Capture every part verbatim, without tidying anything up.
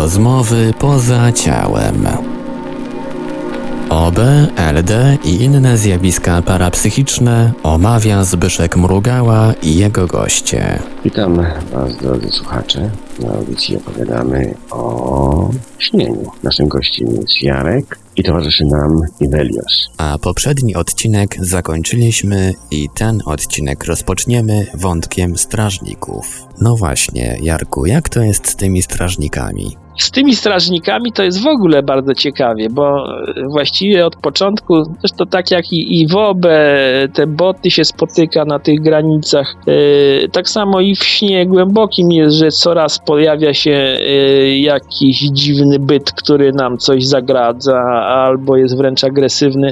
Rozmowy poza ciałem. O B, L D i inne zjawiska parapsychiczne omawia Zbyszek Mrugała i jego goście. Witam Was, drodzy słuchacze. Na audycji opowiadamy o śnieniu. Naszym gościem jest Jarek i towarzyszy nam Ivelios. A poprzedni odcinek zakończyliśmy i ten odcinek rozpoczniemy wątkiem strażników. No właśnie, Jarku, jak to jest z tymi strażnikami? Z tymi strażnikami to jest w ogóle bardzo ciekawie, bo właściwie od początku, zresztą tak jak i, i w O B E, te boty się spotyka na tych granicach, yy, tak samo i w śnie głębokim jest, że coraz pojawia się yy, jakiś dziwny byt, który nam coś zagradza, albo jest wręcz agresywny.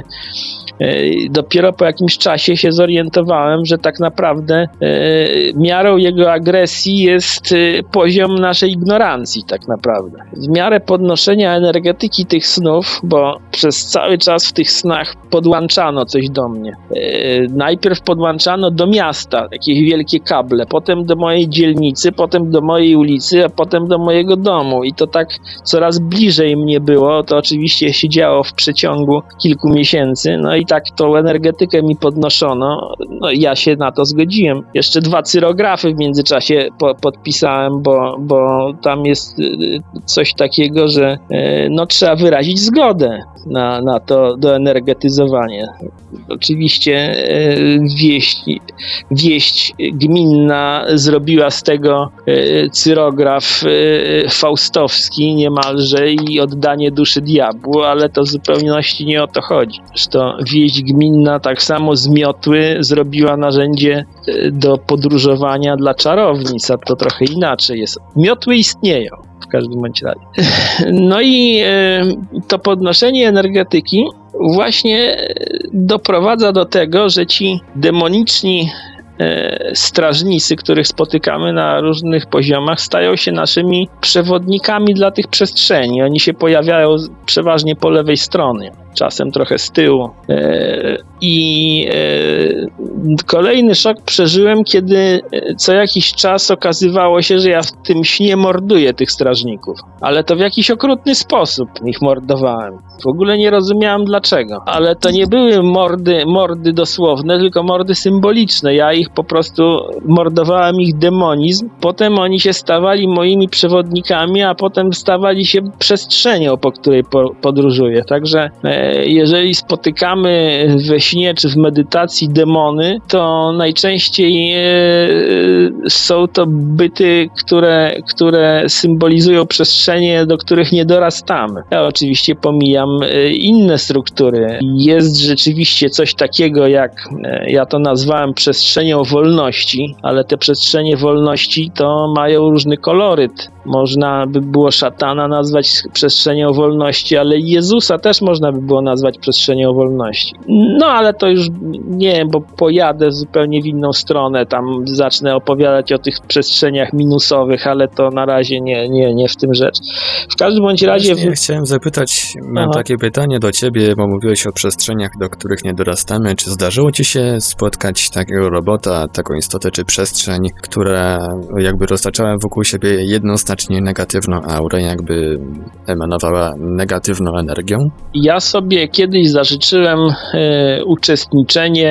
Dopiero po jakimś czasie się zorientowałem, że tak naprawdę miarą jego agresji jest poziom naszej ignorancji tak naprawdę. W miarę podnoszenia energetyki tych snów, bo przez cały czas w tych snach podłączano coś do mnie. Najpierw podłączano do miasta jakieś wielkie kable, potem do mojej dzielnicy, potem do mojej ulicy, a potem do mojego domu i to tak coraz bliżej mnie było. To oczywiście się działo w przeciągu kilku miesięcy, no i tak tą energetykę mi podnoszono, no i ja się na to zgodziłem. Jeszcze dwa cyrografy w międzyczasie po, podpisałem, bo, bo tam jest coś takiego, że no trzeba wyrazić zgodę na, na to doenergetyzowanie. Oczywiście wieść, wieść gminna zrobiła z tego cyrograf faustowski niemalże i oddanie duszy diabłu, ale to w zupełności nie o to chodzi. Zresztą wieść gminna tak samo z miotły zrobiła narzędzie do podróżowania dla czarownic, a to trochę inaczej jest. Miotły istnieją w każdym bądź razie. No i to podnoszenie energetyki właśnie doprowadza do tego, że ci demoniczni strażnicy, których spotykamy na różnych poziomach, stają się naszymi przewodnikami dla tych przestrzeni. Oni się pojawiają przeważnie po lewej stronie, czasem trochę z tyłu. I kolejny szok przeżyłem, kiedy co jakiś czas okazywało się, że ja w tym śnie morduję tych strażników. Ale to w jakiś okrutny sposób ich mordowałem. W ogóle nie rozumiałem dlaczego. Ale to nie były mordy, mordy dosłowne, tylko mordy symboliczne. Ja ich po prostu mordowałem, ich demonizm. Potem oni się stawali moimi przewodnikami, a potem stawali się przestrzenią, po której po, podróżuję. Także e, jeżeli spotykamy we śnie czy w medytacji demony, to najczęściej e, są to byty, które, które symbolizują przestrzenie, do których nie dorastamy. Ja oczywiście pomijam e, inne struktury. Jest rzeczywiście coś takiego, jak e, ja to nazwałem przestrzenią wolności, ale te przestrzenie wolności to mają różny koloryt. Można by było szatana nazwać przestrzenią wolności, ale Jezusa też można by było nazwać przestrzenią wolności. No ale to już nie, bo pojadę zupełnie w inną stronę, tam zacznę opowiadać o tych przestrzeniach minusowych, ale to na razie nie, nie, nie w tym rzecz. W każdym bądź razie... Właśnie chciałem zapytać, mam Aha. takie pytanie do ciebie, bo mówiłeś o przestrzeniach, do których nie dorastamy. Czy zdarzyło ci się spotkać takiego robota, taką istotę czy przestrzeń, która jakby roztaczała wokół siebie jednoznacznie negatywną aurę, jakby emanowała negatywną energią? Ja sobie kiedyś zażyczyłem e, uczestniczenie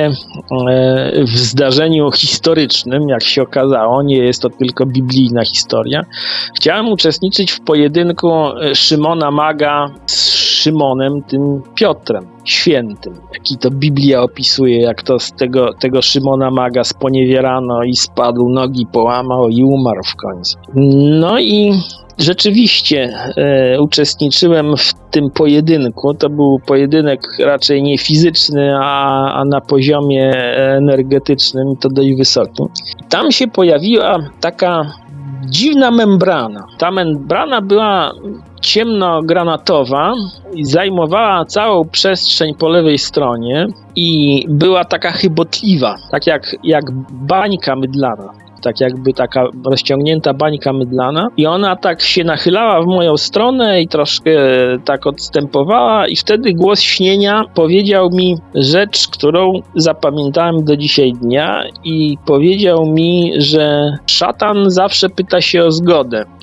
e, w zdarzeniu historycznym, jak się okazało, nie jest to tylko biblijna historia. Chciałem uczestniczyć w pojedynku Szymona Maga z Szymonem, tym Piotrem Świętym, jaki to Biblia opisuje, jak to z tego, tego Szymona Maga sponiewierano i spadł, nogi połamał i umarł w końcu. No i rzeczywiście e, uczestniczyłem w tym pojedynku. To był pojedynek raczej nie fizyczny, a, a na poziomie energetycznym, to dość wysokim. Tam się pojawiła taka dziwna membrana. Ta membrana była ciemnogranatowa i zajmowała całą przestrzeń po lewej stronie i była taka chybotliwa, tak jak, jak bańka mydlana. Tak jakby taka rozciągnięta bańka mydlana i ona tak się nachylała w moją stronę i troszkę tak odstępowała i wtedy głos śnienia powiedział mi rzecz, którą zapamiętałem do dzisiaj dnia i powiedział mi, że szatan zawsze pyta się o zgodę.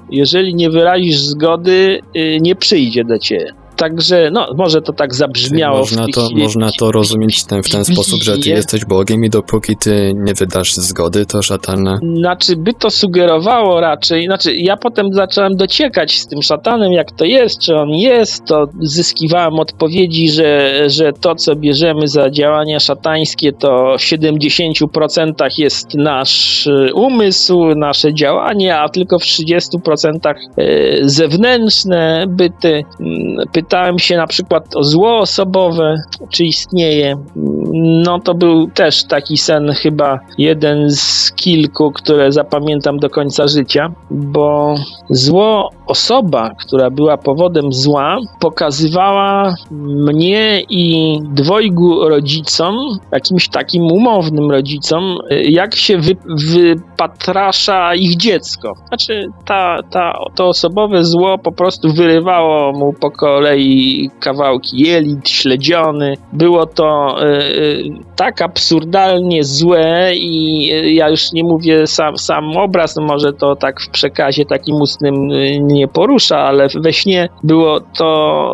Jeżeli nie wyrazisz zgody, y, nie przyjdzie do ciebie. Także, no, może to tak zabrzmiało. Można w to, chwili, można to rozumieć ten, w ten sposób, że ty jesteś Bogiem i dopóki ty nie wydasz zgody, to szatan... Znaczy, by to sugerowało raczej, znaczy, ja potem zacząłem dociekać z tym szatanem, jak to jest, czy on jest, to zyskiwałem odpowiedzi, że, że to, co bierzemy za działania szatańskie, to w siedemdziesięciu procentach jest nasz umysł, nasze działanie, a tylko w trzydziestu procentach zewnętrzne byty. Pytałem się na przykład o zło osobowe, czy istnieje. No to był też taki sen, chyba jeden z kilku, które zapamiętam do końca życia, bo zło osoba, która była powodem zła, pokazywała mnie i dwojgu rodzicom, jakimś takim umownym rodzicom, jak się wy, wypatrasza ich dziecko. Znaczy ta, ta, to osobowe zło po prostu wyrywało mu po kolei kawałki jelit, śledziony. Było to y, y, tak absurdalnie złe i y, ja już nie mówię sam, sam obraz, no może to tak w przekazie takim ustnym y, nie porusza, ale we śnie było to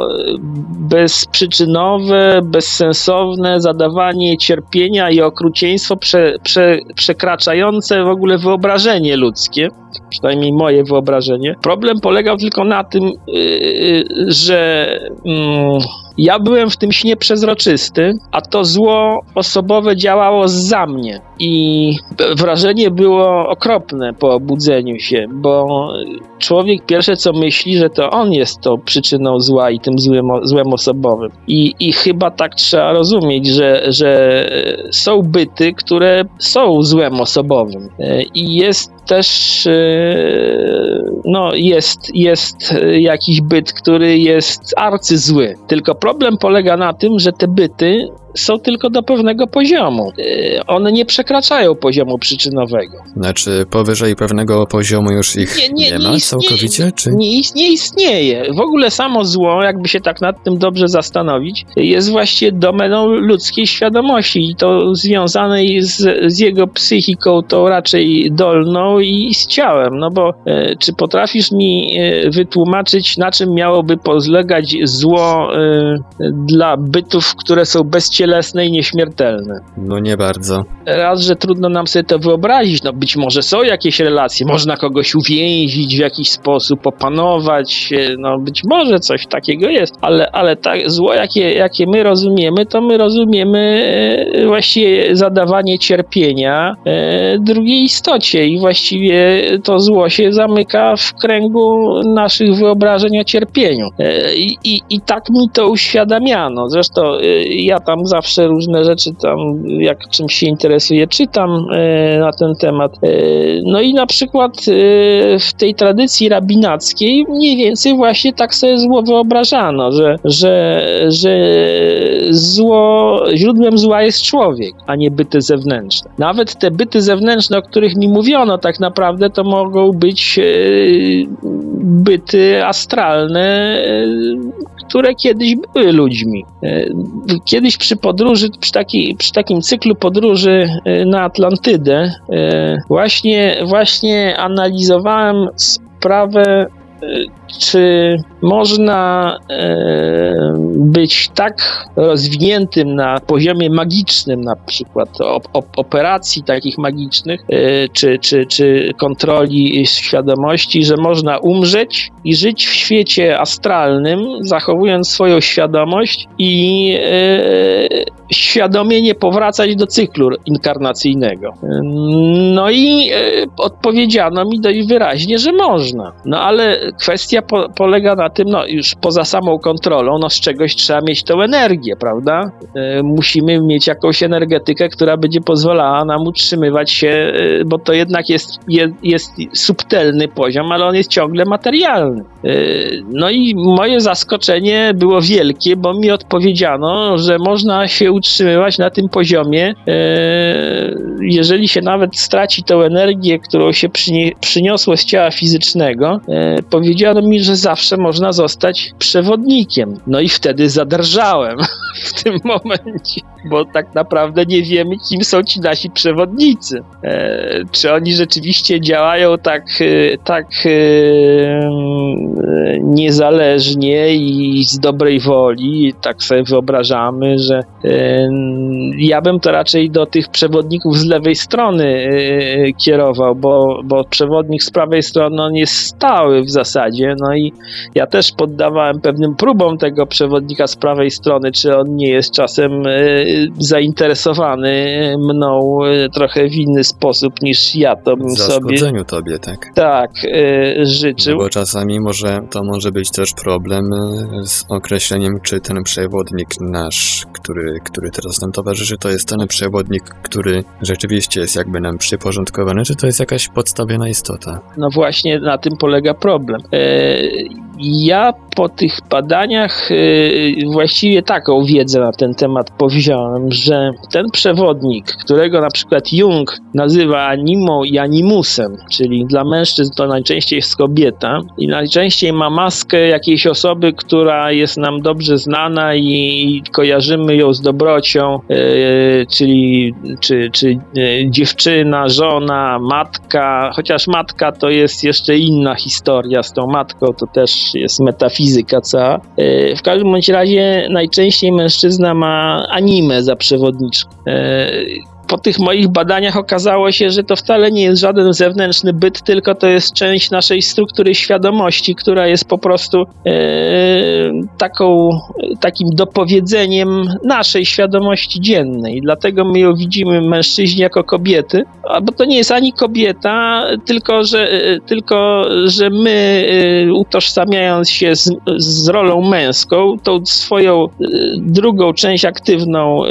bezprzyczynowe, bezsensowne zadawanie cierpienia i okrucieństwo prze, prze, przekraczające w ogóle wyobrażenie ludzkie. Przynajmniej moje wyobrażenie. Problem polegał tylko na tym, yy, że yy, ja byłem w tym śnie przezroczysty, a to zło osobowe działało zza mnie. I wrażenie było okropne po obudzeniu się, bo człowiek pierwsze co myśli, że to on jest tą przyczyną zła i tym złym, złem osobowym. I, i chyba tak trzeba rozumieć, że, że są byty, które są złem osobowym. I jest też no jest, jest jakiś byt, który jest arcyzły. Tylko problem polega na tym, że te byty są tylko do pewnego poziomu. One nie przekraczają poziomu przyczynowego. Znaczy powyżej pewnego poziomu już ich nie, nie, nie ma nie całkowicie? Czy? Nie, nie istnieje. W ogóle samo zło, jakby się tak nad tym dobrze zastanowić, jest właśnie domeną ludzkiej świadomości i to związanej z, z jego psychiką, tą raczej dolną i z ciałem. No bo e, czy potrafisz mi e, wytłumaczyć, na czym miałoby polegać zło e, dla bytów, które są bezcielesne cielesne i nieśmiertelne? No nie bardzo. Raz, że trudno nam sobie to wyobrazić. No być może są jakieś relacje, można kogoś uwięzić w jakiś sposób, opanować, no być może coś takiego jest, ale, ale tak zło, jakie, jakie my rozumiemy, to my rozumiemy e, właściwie zadawanie cierpienia e, drugiej istocie i właściwie to zło się zamyka w kręgu naszych wyobrażeń o cierpieniu. E, i, i, I tak mi to uświadamiano. Zresztą e, ja tam zawsze różne rzeczy tam, jak czymś się interesuję, czytam e, na ten temat. E, no i na przykład e, w tej tradycji rabinackiej mniej więcej właśnie tak sobie zło wyobrażano, że, że, że zło, źródłem zła jest człowiek, a nie byty zewnętrzne. Nawet te byty zewnętrzne, o których mi mówiono, tak naprawdę to mogą być e, byty astralne, e, które kiedyś były ludźmi. E, kiedyś przy podróży, przy, taki, przy takim cyklu podróży na Atlantydę właśnie, właśnie analizowałem sprawę, czy można e, być tak rozwiniętym na poziomie magicznym, na przykład op, op, operacji takich magicznych, e, czy, czy, czy kontroli świadomości, że można umrzeć i żyć w świecie astralnym, zachowując swoją świadomość i e, świadomie nie powracać do cyklu inkarnacyjnego. No i e, odpowiedziano mi dość wyraźnie, że można. No ale kwestia po, polega na tym, no już poza samą kontrolą, no z czegoś trzeba mieć tą energię, prawda? E, musimy mieć jakąś energetykę, która będzie pozwalała nam utrzymywać się, e, bo to jednak jest, jest, jest subtelny poziom, ale on jest ciągle materialny. E, no i moje zaskoczenie było wielkie, bo mi odpowiedziano, że można się utrzymywać na tym poziomie, e, jeżeli się nawet straci tę energię, którą się przynie, przyniosło z ciała fizycznego, e, powiedziano mi, że zawsze można można zostać przewodnikiem. No i wtedy zadrżałem w tym momencie, bo tak naprawdę nie wiemy, kim są ci nasi przewodnicy. E, czy oni rzeczywiście działają tak, tak e, niezależnie i z dobrej woli, tak sobie wyobrażamy, że e, ja bym to raczej do tych przewodników z lewej strony e, kierował, bo, bo przewodnik z prawej strony on jest stały w zasadzie, no i ja też poddawałem pewnym próbom tego przewodnika z prawej strony, czy on nie jest czasem e, zainteresowany mną e, trochę w inny sposób niż ja to bym sobie... Zaszkodzeniu tobie, tak? Tak, e, życzył. No bo czasami może to może być też problem e, z określeniem, czy ten przewodnik nasz, który, który teraz nam towarzyszy, to jest ten przewodnik, który rzeczywiście jest jakby nam przyporządkowany, czy to jest jakaś podstawiona istota? No właśnie na tym polega problem. E, ja po tych badaniach e, właściwie taką wiedzę na ten temat powziąłem, że ten przewodnik, którego na przykład Jung nazywa animą i animusem, czyli dla mężczyzn to najczęściej jest kobieta i najczęściej ma maskę jakiejś osoby, która jest nam dobrze znana i kojarzymy ją z dobrocią, e, czyli czy, czy e, dziewczyna, żona, matka, chociaż matka to jest jeszcze inna historia, z tą matką to też jest metafizyka cała. E, w każdym bądź razie najczęściej mężczyzna ma animę za przewodniczkę. E, Po tych moich badaniach okazało się, że to wcale nie jest żaden zewnętrzny byt, tylko to jest część naszej struktury świadomości, która jest po prostu e, taką, takim dopowiedzeniem naszej świadomości dziennej. Dlatego my ją widzimy mężczyźni jako kobiety, bo to nie jest ani kobieta, tylko że, tylko, że my utożsamiając się z, z rolą męską, tą swoją drugą część aktywną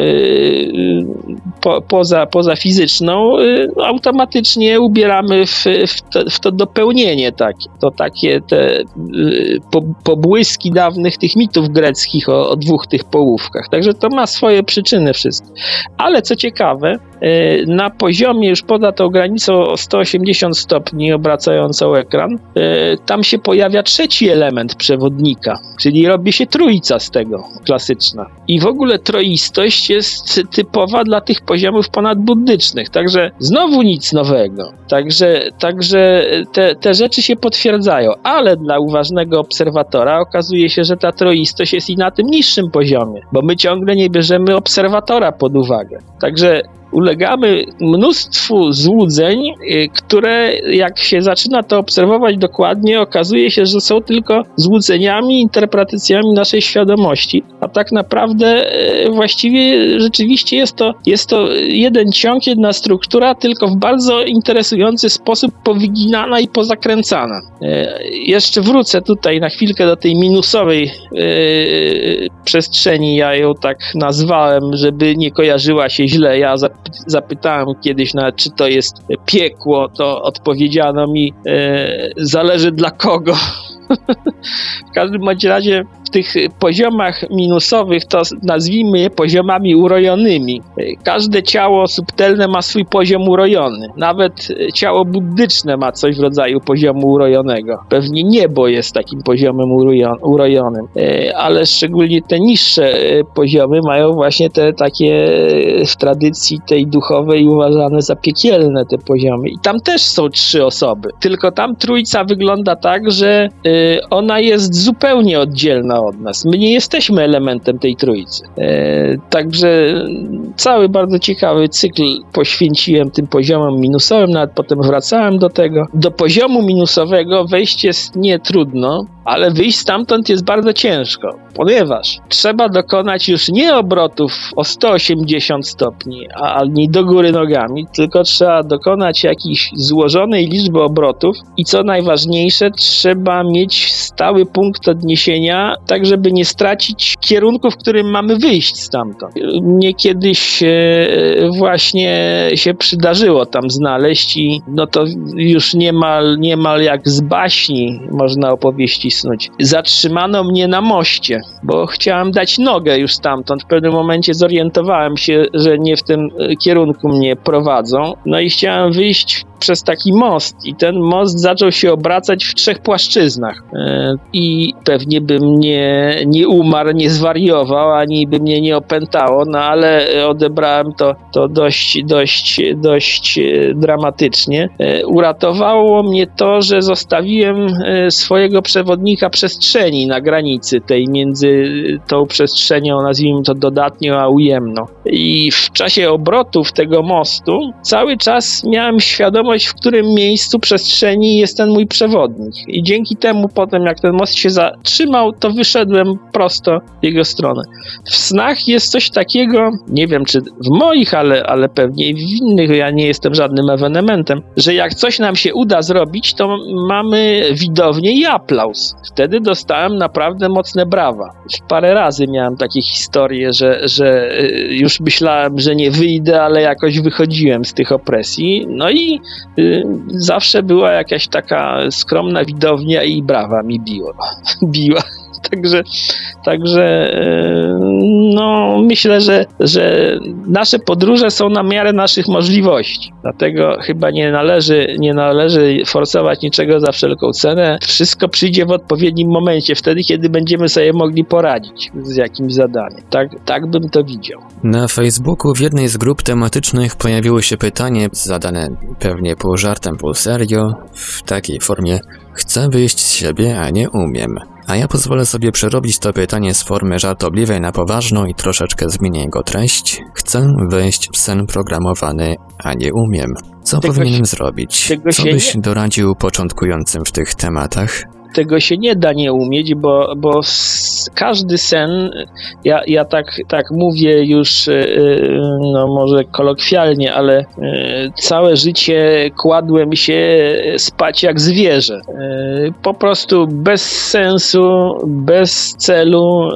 po, poza, poza fizyczną, automatycznie ubieramy w, w, to, w to dopełnienie takie. To takie te po, pobłyski dawnych tych mitów greckich o, o dwóch tych połówkach. Także to ma swoje przyczyny wszystko. Ale co ciekawe, na poziomie już poza tą granicą o sto osiemdziesiąt stopni obracającą ekran, tam się pojawia trzeci element przewodnika, czyli robi się trójca z tego, klasyczna. I w ogóle troistość jest typowa dla tych poziomów ponadbuddycznych, także znowu nic nowego. Także, także te, te rzeczy się potwierdzają, ale dla uważnego obserwatora okazuje się, że ta troistość jest i na tym niższym poziomie, bo my ciągle nie bierzemy obserwatora pod uwagę. Także ulegamy mnóstwu złudzeń, które jak się zaczyna to obserwować dokładnie, okazuje się, że są tylko złudzeniami, interpretacjami naszej świadomości, a tak naprawdę właściwie rzeczywiście jest to, jest to jeden ciąg, jedna struktura, tylko w bardzo interesujący sposób powyginana i pozakręcana. Jeszcze wrócę tutaj na chwilkę do tej minusowej yy, przestrzeni, ja ją tak nazwałem, żeby nie kojarzyła się źle. Ja zapytałem kiedyś, nawet, czy to jest piekło, to odpowiedziano mi, e, zależy dla kogo. W każdym bądź razie w tych poziomach minusowych to nazwijmy je poziomami urojonymi. Każde ciało subtelne ma swój poziom urojony. Nawet ciało buddyczne ma coś w rodzaju poziomu urojonego. Pewnie niebo jest takim poziomem urojonym. Ale szczególnie te niższe poziomy mają właśnie te takie w tradycji tej duchowej uważane za piekielne te poziomy. I tam też są trzy osoby. Tylko tam trójca wygląda tak, że ona jest zupełnie oddzielna od nas. My nie jesteśmy elementem tej trójcy. E, także cały bardzo ciekawy cykl poświęciłem tym poziomom minusowym, nawet potem wracałem do tego. Do poziomu minusowego wejść jest nie trudno, ale wyjść stamtąd jest bardzo ciężko, ponieważ trzeba dokonać już nie obrotów o sto osiemdziesiąt stopni, a nie do góry nogami, tylko trzeba dokonać jakiejś złożonej liczby obrotów i co najważniejsze, trzeba mieć stały punkt odniesienia, tak żeby nie stracić kierunku, w którym mamy wyjść stamtąd. Mnie kiedyś właśnie się przydarzyło tam znaleźć i no to już niemal, niemal jak z baśni można opowieści zacisnąć. Zatrzymano mnie na moście, bo chciałem dać nogę już stamtąd. W pewnym momencie zorientowałem się, że nie w tym kierunku mnie prowadzą. No i chciałem wyjść przez taki most i ten most zaczął się obracać w trzech płaszczyznach. Yy, I pewnie bym nie, nie umarł, nie zwariował, ani by mnie nie opętało, no ale odebrałem to, to dość, dość, dość dramatycznie. Yy, uratowało mnie to, że zostawiłem yy, swojego przewodnika przestrzeni na granicy tej między tą przestrzenią, nazwijmy to dodatnią, a ujemną. I w czasie obrotów tego mostu cały czas miałem świadomość, w którym miejscu przestrzeni jest ten mój przewodnik. I dzięki temu potem, jak ten most się zatrzymał, to wyszedłem prosto w jego stronę. W snach jest coś takiego, nie wiem czy w moich, ale, ale pewnie w innych, ja nie jestem żadnym ewenementem, że jak coś nam się uda zrobić, to mamy widownię i aplauz. Wtedy dostałem naprawdę mocne brawa. Parę razy miałem takie historie, że, że już myślałem, że nie wyjdę, ale jakoś wychodziłem z tych opresji. No i y, zawsze była jakaś taka skromna widownia i brawa mi biło. biła. Także, także no, myślę, że, że nasze podróże są na miarę naszych możliwości. Dlatego chyba nie należy, nie należy forsować niczego za wszelką cenę. Wszystko przyjdzie w odpowiednim momencie, wtedy, kiedy będziemy sobie mogli poradzić z jakimś zadaniem. Tak, tak bym to widział. Na Facebooku w jednej z grup tematycznych pojawiło się pytanie, zadane pewnie pół żartem, pół serio, w takiej formie: chcę wyjść z siebie, a nie umiem. A ja pozwolę sobie przerobić to pytanie z formy żartobliwej na poważną i troszeczkę zmienię jego treść. Chcę wejść w sen programowany, a nie umiem. Co tego powinienem się, zrobić? Co byś nie... doradził początkującym w tych tematach? Tego się nie da nie umieć, bo, bo każdy sen, ja, ja tak, tak mówię już, no może kolokwialnie, ale całe życie kładłem się spać jak zwierzę. Po prostu bez sensu, bez celu.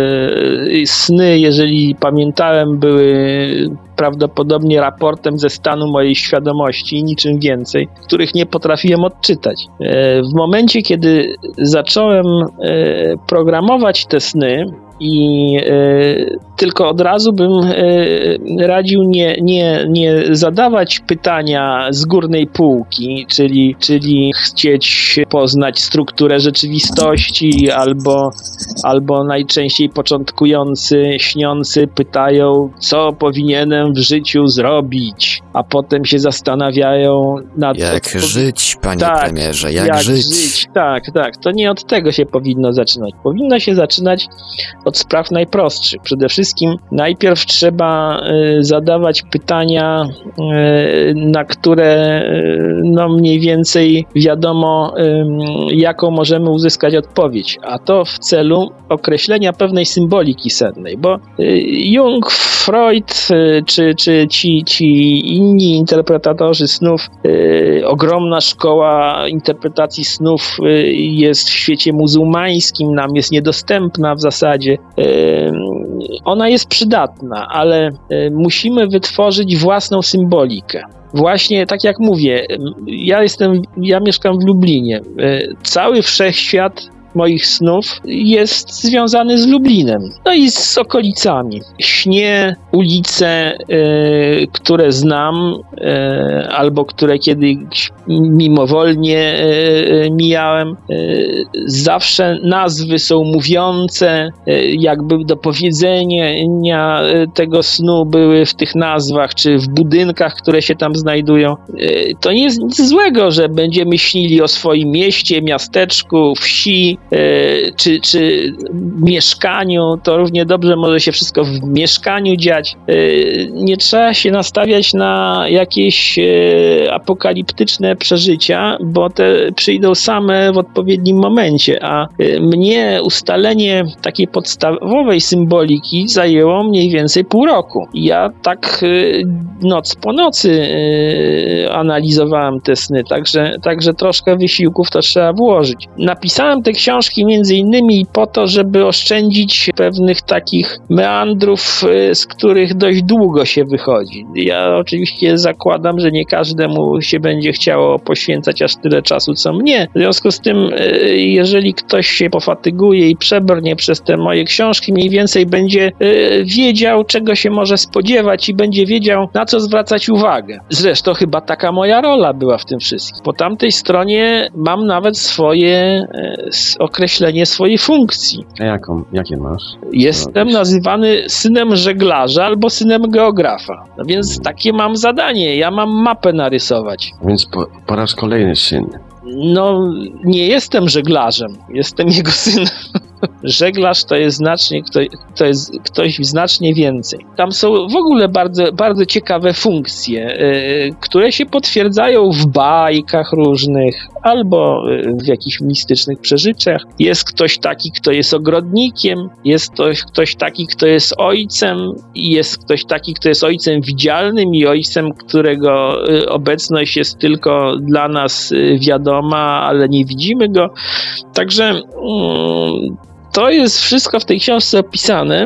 Sny, jeżeli pamiętałem, były prawdopodobnie raportem ze stanu mojej świadomości i niczym więcej, których nie potrafiłem odczytać. W momencie, kiedy zacząłem programować te sny, i y, tylko od razu bym y, radził nie, nie, nie zadawać pytania z górnej półki, czyli, czyli chcieć poznać strukturę rzeczywistości, albo, albo najczęściej początkujący, śniący pytają, co powinienem w życiu zrobić, a potem się zastanawiają nad... Jak to, żyć, panie tak, premierze, jak, jak żyć? żyć. Tak, tak, to nie od tego się powinno zaczynać. Powinno się zaczynać od spraw najprostszych. Przede wszystkim najpierw trzeba y, zadawać pytania, y, na które y, no mniej więcej wiadomo, y, jaką możemy uzyskać odpowiedź, a to w celu określenia pewnej symboliki sennej, bo y, Jung, Freud y, czy, czy ci, ci inni interpretatorzy snów, y, ogromna szkoła interpretacji snów y, jest w świecie muzułmańskim, nam jest niedostępna w zasadzie. Ona jest przydatna, ale musimy wytworzyć własną symbolikę. Właśnie tak jak mówię, ja jestem, ja mieszkam w Lublinie. Cały wszechświat moich snów jest związany z Lublinem, no i z okolicami. Śnię ulice, y, które znam, y, albo które kiedyś mimowolnie y, mijałem. Y, zawsze nazwy są mówiące, y, jakby do powiedzenia tego snu były w tych nazwach, czy w budynkach, które się tam znajdują. Y, to nie jest nic złego, że będziemy śnili o swoim mieście, miasteczku, wsi, Czy, czy mieszkaniu, to równie dobrze może się wszystko w mieszkaniu dziać. Nie trzeba się nastawiać na jakieś apokaliptyczne przeżycia, bo te przyjdą same w odpowiednim momencie, a mnie ustalenie takiej podstawowej symboliki zajęło mniej więcej pół roku. Ja tak noc po nocy analizowałem te sny, także, także troszkę wysiłków to trzeba włożyć. Napisałem tę książkę książki między innymi po to, żeby oszczędzić pewnych takich meandrów, z których dość długo się wychodzi. Ja oczywiście zakładam, że nie każdemu się będzie chciało poświęcać aż tyle czasu, co mnie. W związku z tym, jeżeli ktoś się pofatyguje i przebrnie przez te moje książki, mniej więcej będzie wiedział, czego się może spodziewać i będzie wiedział, na co zwracać uwagę. Zresztą chyba taka moja rola była w tym wszystkim. Po tamtej stronie mam nawet swoje określenie swojej funkcji. A jaką? Jakie masz? Jestem nazywany synem żeglarza albo synem geografa. No więc takie mam zadanie. Ja mam mapę narysować. Więc po, po raz kolejny syn. No, nie jestem żeglarzem. Jestem jego synem. Żeglarz to jest znacznie, to, to jest ktoś znacznie więcej. Tam są w ogóle bardzo, bardzo ciekawe funkcje, yy, które się potwierdzają w bajkach różnych albo w jakichś mistycznych przeżyciach. Jest ktoś taki, kto jest ogrodnikiem, jest ktoś, ktoś taki, kto jest ojcem i jest ktoś taki, kto jest ojcem widzialnym i ojcem, którego obecność jest tylko dla nas wiadoma, ale nie widzimy go. Także mm, to jest wszystko w tej książce opisane.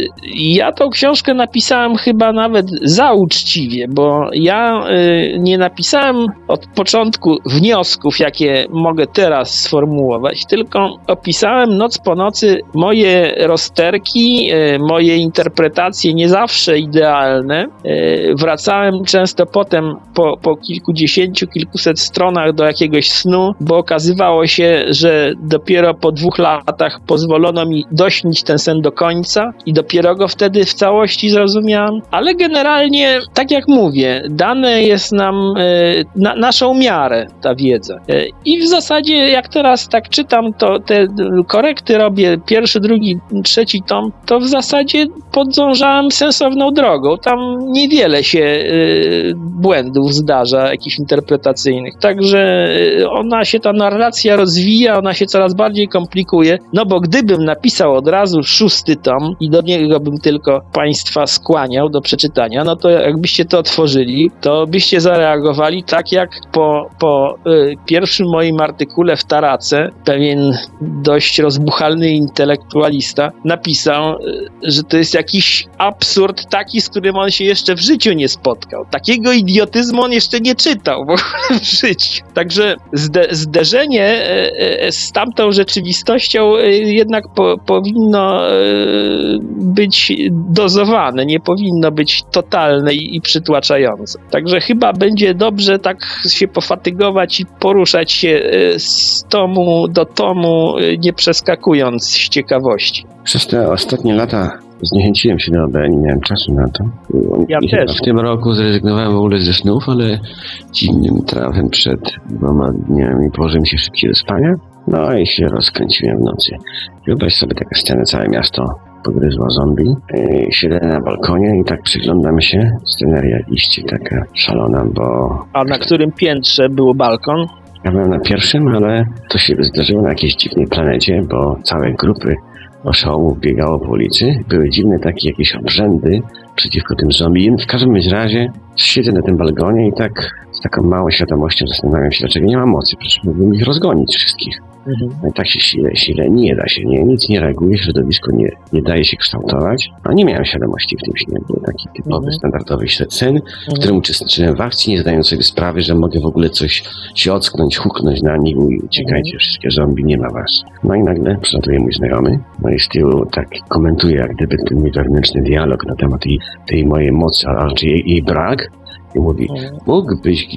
Ja tą książkę napisałem chyba nawet za uczciwie, bo ja nie napisałem od początku wniosków, jakie mogę teraz sformułować, tylko opisałem noc po nocy moje rozterki, moje interpretacje nie zawsze idealne. Wracałem często potem po, po kilkudziesięciu, kilkuset stronach do jakiegoś snu, bo okazywało się, że dopiero po dwóch latach pozwolono mi dośnić ten sen do końca i dopiero go wtedy w całości zrozumiałem, ale generalnie, tak jak mówię, dane jest nam y, na naszą miarę ta wiedza. Y, I w zasadzie jak teraz tak czytam, to te korekty robię, pierwszy, drugi, trzeci tom, to w zasadzie podążałem sensowną drogą. Tam niewiele się y, błędów zdarza, jakichś interpretacyjnych. Także y, ona się, ta narracja rozwija, ona się coraz bardziej komplikuje, no bo gdyby Gdybym napisał od razu szósty tom i do niego bym tylko państwa skłaniał do przeczytania, no to jakbyście to otworzyli, to byście zareagowali tak jak po, po y, pierwszym moim artykule w Tarace pewien dość rozbuchalny intelektualista napisał, y, że to jest jakiś absurd taki, z którym on się jeszcze w życiu nie spotkał. Takiego idiotyzmu on jeszcze nie czytał w ogóle w życiu. Także zde, zderzenie y, y, z tamtą rzeczywistością y, jednak Po, powinno y, być dozowane, nie powinno być totalne i, i przytłaczające. Także chyba będzie dobrze tak się pofatygować i poruszać się y, z tomu do tomu, y, nie przeskakując z ciekawości. Przez te ostatnie lata zniechęciłem się do O B, nie miałem czasu na to. Ja I też. W tym roku zrezygnowałem w ogóle ze snów, ale dziwnym trafem przed dwoma dniami położyłem się szybciej do spania. No i się rozkręciłem w nocy. Wyobraź sobie taką scenę, całe miasto pogryzło zombie. Yy, siedzę na balkonie i tak przyglądam się. Sceneria iście taka szalona, bo... A na którym piętrze był balkon? Ja byłem na pierwszym, ale to się zdarzyło na jakiejś dziwnej planecie, bo całe grupy oszołomów biegało po ulicy. Były dziwne takie jakieś obrzędy przeciwko tym zombie. W każdym razie siedzę na tym balkonie i tak z taką małą świadomością zastanawiam się, dlaczego nie ma mocy. Przecież mógłbym ich rozgonić wszystkich. Mhm. No i tak się sile, sile nie da się, nie, nic nie reaguje, środowisko nie, nie daje się kształtować. A nie miałem świadomości w tym śnie. Był taki typowy, mhm. standardowy sen, w którym uczestniczyłem w akcji, nie zdając sobie sprawy, że mogę w ogóle coś się ocknąć, huknąć na nich i uciekajcie, mhm. wszystkie zombie, nie ma was. No i nagle przylatuje mój znajomy, no i z tyłu tak komentuje jak gdyby ten mój wewnętrzny dialog na temat jej, tej mojej mocy, a raczej jej, jej brak. I mówi, mógłbyś,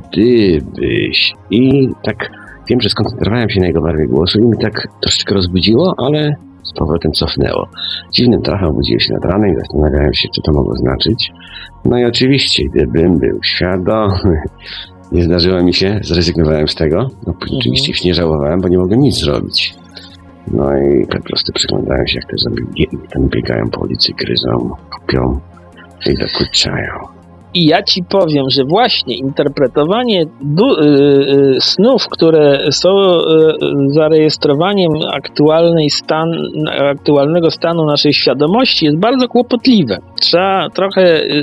gdybyś. I tak wiem, że skoncentrowałem się na jego barwie głosu i mi tak troszeczkę rozbudziło, ale z powrotem cofnęło. Dziwnym trafem obudziłem się nad ranem i zastanawiałem się, co to mogło znaczyć. No i oczywiście, gdybym był świadomy, nie zdarzyło mi się, zrezygnowałem z tego. No mhm. oczywiście już nie żałowałem, bo nie mogłem nic zrobić. No i po prostu przyglądałem się, jak te zombie tam biegają po ulicy, gryzą, kupią i dokuczają. I ja ci powiem, że właśnie interpretowanie du- y- y- snów, które są y- zarejestrowaniem aktualnej stan, aktualnego stanu naszej świadomości, jest bardzo kłopotliwe. Trzeba trochę y-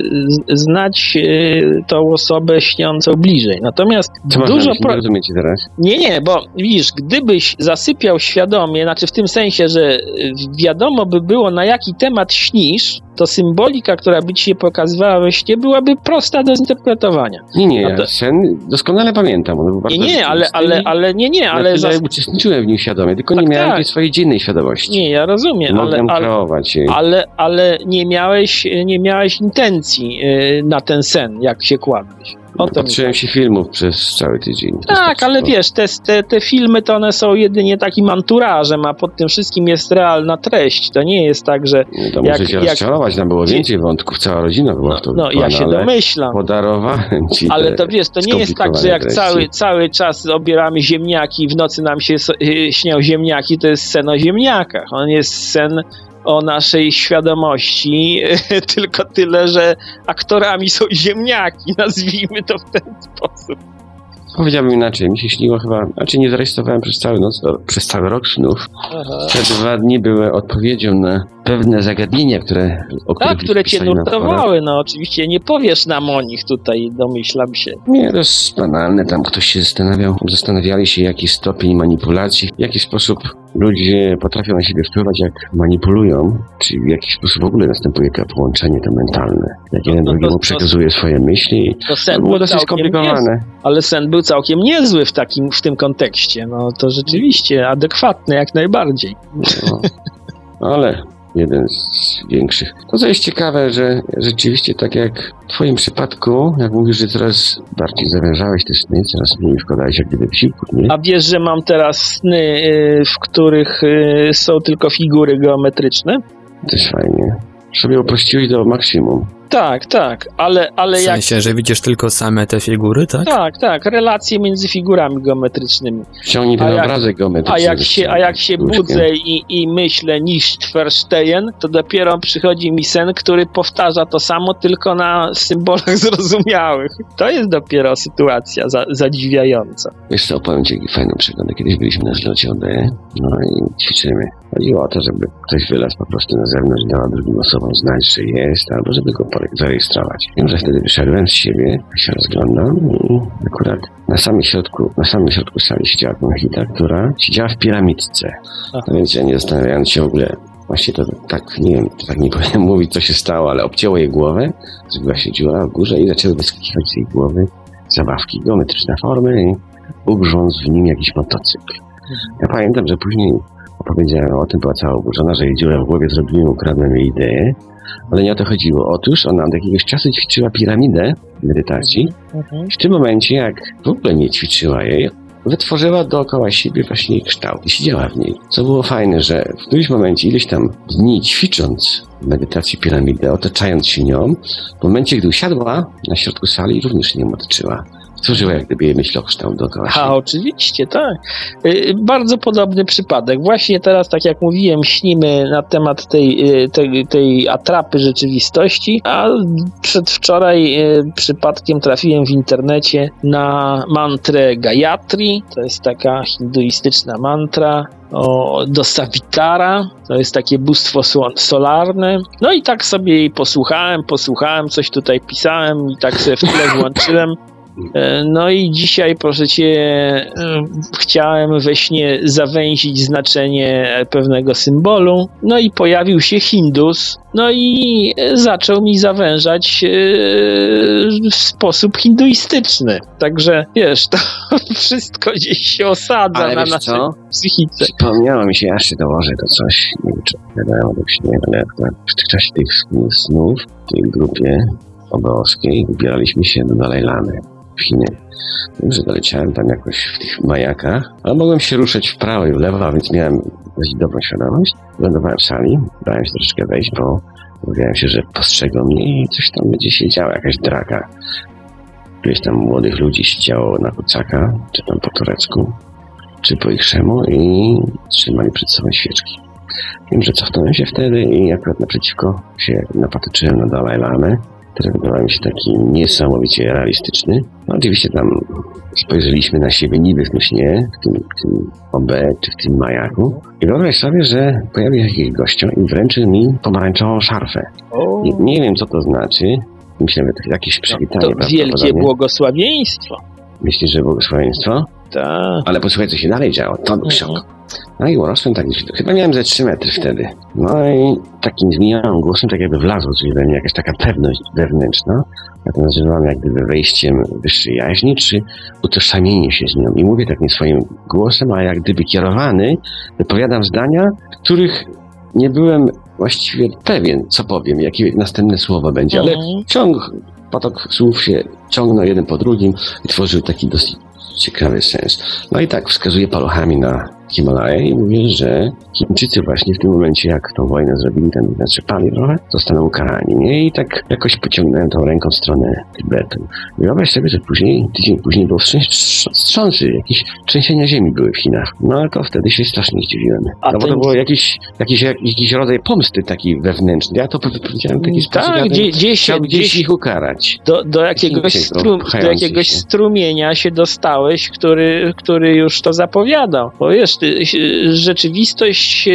znać y- tą osobę śniącą bliżej. Natomiast Co masz dużo... na myśli? Pro- Nie rozumiecie teraz? Nie, nie, bo widzisz, gdybyś zasypiał świadomie, znaczy w tym sensie, że wiadomo by było, na jaki temat śnisz, to symbolika, która by ci się pokazywała we śnie, byłaby prosta do zinterpretowania. Nie, nie, No to- ja sen doskonale pamiętam. On był bardzo Nie, nie, ale, rzeczywisty ale, i ale nie, nie, ale... na tyle zas- uczestniczyłem w nim świadomie, tylko Tak, nie miałem tak. tej swojej dziennej świadomości. Nie, ja rozumiem, ale, Mogłem ale, kreować jej. ale, ale nie miałeś, nie miałeś intencji y, na ten sen, jak się kładłeś. O to mi Patrzyłem się filmów przez cały tydzień. Tak, ale wiesz, te, te, te filmy to one są jedynie takim anturażem, a pod tym wszystkim jest realna treść. To nie jest tak, że... Nie, to jak- możecie jak- rozczarować, tam było więcej wątków, cała rodzina była No, w to no ja wykłana, się ale domyślam. podarowałem ci Ale te to wiesz, to nie jest tak, że jak skomplikowane cały, treści. cały czas obieramy ziemniaki i w nocy nam się so- y, śnią ziemniaki, to jest sen o ziemniakach. On jest sen o naszej świadomości, tylko tyle, że aktorami są ziemniaki, nazwijmy to w ten sposób. Powiedziałbym inaczej, mi się śniło chyba, znaczy nie zarejestrowałem przez cały noc, przez cały rok snów. Aha. Te dwa dni były odpowiedzią na pewne zagadnienia, które, o których Tak, które cię pisali na forach. nurtowały, no oczywiście nie powiesz nam o nich tutaj, domyślam się. Nie, to jest banalne, tam ktoś się zastanawiał, zastanawiali się jaki stopień manipulacji, w jaki sposób ludzie potrafią na siebie wpływać, jak manipulują, czy w jaki sposób w ogóle następuje to połączenie to mentalne. Jak jeden No to- drugiemu to- przekazuje swoje myśli. To To sen było był dosyć całkiem niezły, skomplikowane. ale sen był całkiem niezły w takim, w tym kontekście. No to rzeczywiście adekwatny jak najbardziej. No, ale jeden z większych. To co jest ciekawe, że rzeczywiście tak jak w twoim przypadku, jak mówisz, że coraz bardziej zawężałeś te sny, coraz mniej wkładałeś jak gdyby wysiłku, nie? A wiesz, że mam teraz sny, y, w których y, są tylko figury geometryczne? Też fajnie. Sobie uprościłeś do maksimum. Tak, tak, ale, ale W jak... sensie, że widzisz tylko same te figury, tak? Tak, tak, relacje między figurami geometrycznymi. Ściągnij ten A jak- obrazek geometryczny. A jak się, a jak się Łóżkiem. budzę i, i myślę Nichtverstehen, to dopiero przychodzi mi sen, który powtarza to samo, tylko na symbolach zrozumiałych. To jest dopiero sytuacja za, zadziwiająca. Wiesz co, opowiem ci jaki fajną przygodę. Kiedyś byliśmy na zlocie O D, no i ćwiczymy. Chodziło o to, żeby ktoś wylazł po prostu na zewnątrz, dała drugim osobom znać, że jest, albo żeby go pore- zarejestrować. Wiem, że wtedy wyszedłem z siebie, się rozglądam i akurat na samym środku, na samym środku sali siedziała Konchita, która siedziała w piramidce. Aha. No więc ja nie zastanawiając się w ogóle, właśnie to tak, nie wiem, to tak nie powiem mówić, co się stało, ale obcięło jej głowę, zrobiła się dziura w górze i zaczęły wyskakiwać z jej głowy zabawki, geometryczne formy i ugrzązł w nim jakiś motocykl. Ja pamiętam, że później opowiedziałem o tym, była cała oburzona, że jej dziurę w głowie zrobiłem, ukradłem jej ideę, ale nie o to chodziło. Otóż ona od jakiegoś czasu ćwiczyła piramidę medytacji. W tym momencie, jak w ogóle nie ćwiczyła jej, wytworzyła dookoła siebie właśnie jej kształt i siedziała w niej. Co było fajne, że w którymś momencie, ileś tam dni ćwicząc medytację piramidę, otaczając się nią, w momencie, gdy usiadła na środku sali, również nie otoczyła. Stworzyła jak gdyby jej myślokształt dookoła siebie. A oczywiście, tak. Y, Bardzo podobny przypadek. Właśnie teraz, tak jak mówiłem, śnimy na temat tej, y, tej, tej atrapy rzeczywistości, a przedwczoraj y, przypadkiem trafiłem w internecie na mantrę Gayatri. To jest taka hinduistyczna mantra o, do Savitara. To jest takie bóstwo sło- solarne. No i tak sobie jej posłuchałem, posłuchałem, coś tutaj pisałem i tak sobie w tle włączyłem. No i dzisiaj, proszę cię, chciałem we śnie zawęzić znaczenie pewnego symbolu, no i pojawił się Hindus, no i zaczął mi zawężać w sposób hinduistyczny. Także wiesz, to wszystko gdzieś się osadza Ale na wiesz naszej co? psychice. Przypomniało mi się, ja jeszcze dołożę to coś, nie wiem czy opowiadałem o tym śnie, ale akurat w czasie tych snów, w tej grupie obołowskiej, wybieraliśmy się do Dalaj Lamy w Chinie. Wiem, że doleciałem tam jakoś w tych majakach, ale mogłem się ruszać w prawo i w lewo, a więc miałem dość dobrą świadomość. Lądowałem w sali, dałem się troszeczkę wejść, bo obawiałem się, że postrzegą mnie i coś tam będzie się działo, jakaś draka. Ileś tam młodych ludzi siedziało na kucaka, czy tam po turecku, czy po ichrzemu i trzymali przed sobą świeczki. Wiem, że cofnąłem się wtedy i akurat naprzeciwko się napatoczyłem na Dalaj Lamę. który wydawał mi się taki niesamowicie realistyczny. No oczywiście tam spojrzeliśmy na siebie niby w tym śnie, w tym, w tym O B czy w tym majaku. I wyobraź sobie, że pojawił się jakiś gościu i wręczył mi pomarańczową szarfę. Nie, nie wiem, co to znaczy. Myślę, że to jakieś przywitanie. To wielkie błogosławieństwo. Myślisz, że błogosławieństwo? Tak. Ale posłuchaj, co się dalej działo. To był szok. No i urosłem tak, chyba miałem ze trzy metry wtedy. No i takim zmienionym głosem tak jakby wlazło coś we mnie, jakaś taka pewność wewnętrzna. Ja to nazywam jak gdyby wejściem wyższej jaźni, czy utożsamieniem się z nią. I mówię tak nie swoim głosem, a jak gdyby kierowany, wypowiadam zdania, których nie byłem właściwie pewien, co powiem, jakie następne słowo będzie, ale ciąg, potok słów się ciągnął jeden po drugim i tworzył taki dosyć ciekawy sens. No i tak wskazuję paluchami na Himalaje i mówię, że Chińczycy właśnie w tym momencie, jak tą wojnę zrobili, tam naczepali trochę, zostaną ukarani, nie? I tak jakoś pociągnąłem tą ręką w stronę Tybetu. I wyobraź sobie, że później, tydzień później było wstrząsy, jakieś trzęsienia ziemi były w Chinach. No to wtedy się strasznie zdziwiłem. A no bo ten... to było jakiś, jakiś, jakiś rodzaj pomsty taki wewnętrzny. Ja to powiedziałem w taki sposób, tak, gdzie, gdzieś, chciał gdzieś, gdzieś ich ukarać. Do, do, jakiegoś, strum, do jakiegoś się. strumienia się dostałeś, który, który już to zapowiadał. Bo wiesz, rzeczywistość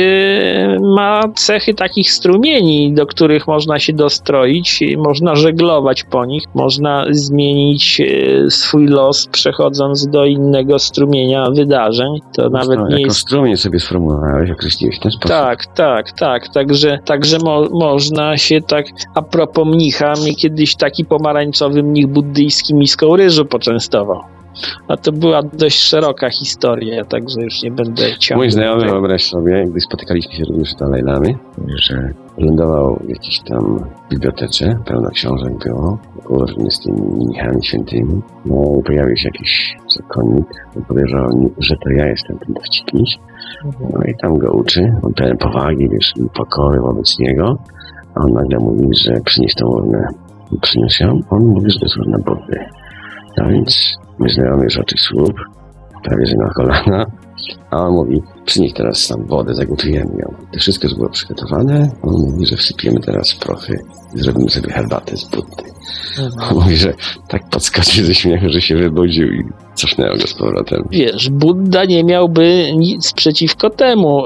ma cechy takich strumieni, do których można się dostroić, można żeglować po nich, można zmienić swój los, przechodząc do innego strumienia wydarzeń. To no, nawet no, nie jako jest... strumień sobie sformułowałeś, określiłeś w ten sposób. Tak, tak, tak. Także, także mo, można się tak, a propos mnicha, mnie kiedyś taki pomarańczowy mnich buddyjski miską ryżu poczęstował. A to była dość szeroka historia, także już nie będę ciągnął. Mój znajomy, wyobraź sobie, gdy spotykaliśmy się również w Dalaj Lamy, że lądował w jakiejś tam bibliotece, pełno książek było, ułożony z tymi mnichami świętymi. No i pojawił się jakiś zakonnik, powiedział, że to ja jestem ten dowcipnik. No i tam go uczy, on pełen powagi, wiesz, i pokory wobec niego. A on nagle mówi, że przynieś tą urnę. Przyniósł ją, on mówi, że to jest urna Buddy. No więc my znajomy już oczy słup, prawie że na kolana, a on mówi, przynieś teraz sam wodę, zagotujemy ją. To wszystko już było przygotowane, on mówi, że wsypiemy teraz prochy i zrobimy sobie herbatę z Buddy. Mhm. On mówi, że tak podskoczył ze śmiechu, że się wybudził i cofnęło go z powrotem. Wiesz, Budda nie miałby nic przeciwko temu.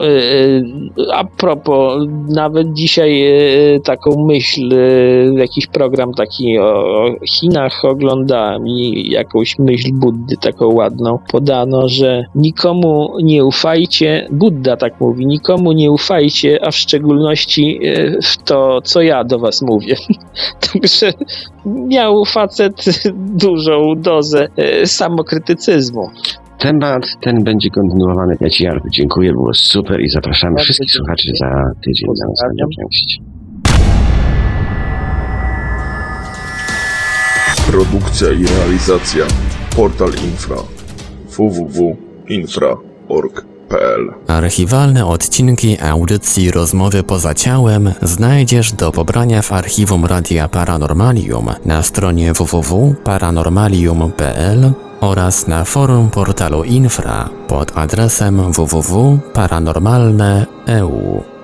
A propos, nawet dzisiaj taką myśl, jakiś program taki o Chinach oglądałem i jakąś myśl Buddy taką ładną podano, że nikomu nie ufajcie, Budda tak mówi, nikomu nie ufajcie, a w szczególności w to, co ja do was mówię. Także miał facet dużą dozę samokrytycyzmu. Temat ten będzie kontynuowany. Ja ci, Jarku, dziękuję, było super i zapraszamy Bardzo wszystkich dziękuję. słuchaczy za tydzień na ostatnią część. Produkcja i realizacja Portal Infra w w w kropka infra kropka org kropka p l. Archiwalne odcinki audycji Rozmowy poza ciałem znajdziesz do pobrania w archiwum Radia Paranormalium na stronie w w w kropka paranormalium kropka p l oraz na forum portalu Infra pod adresem w w w kropka paranormalne kropka e u.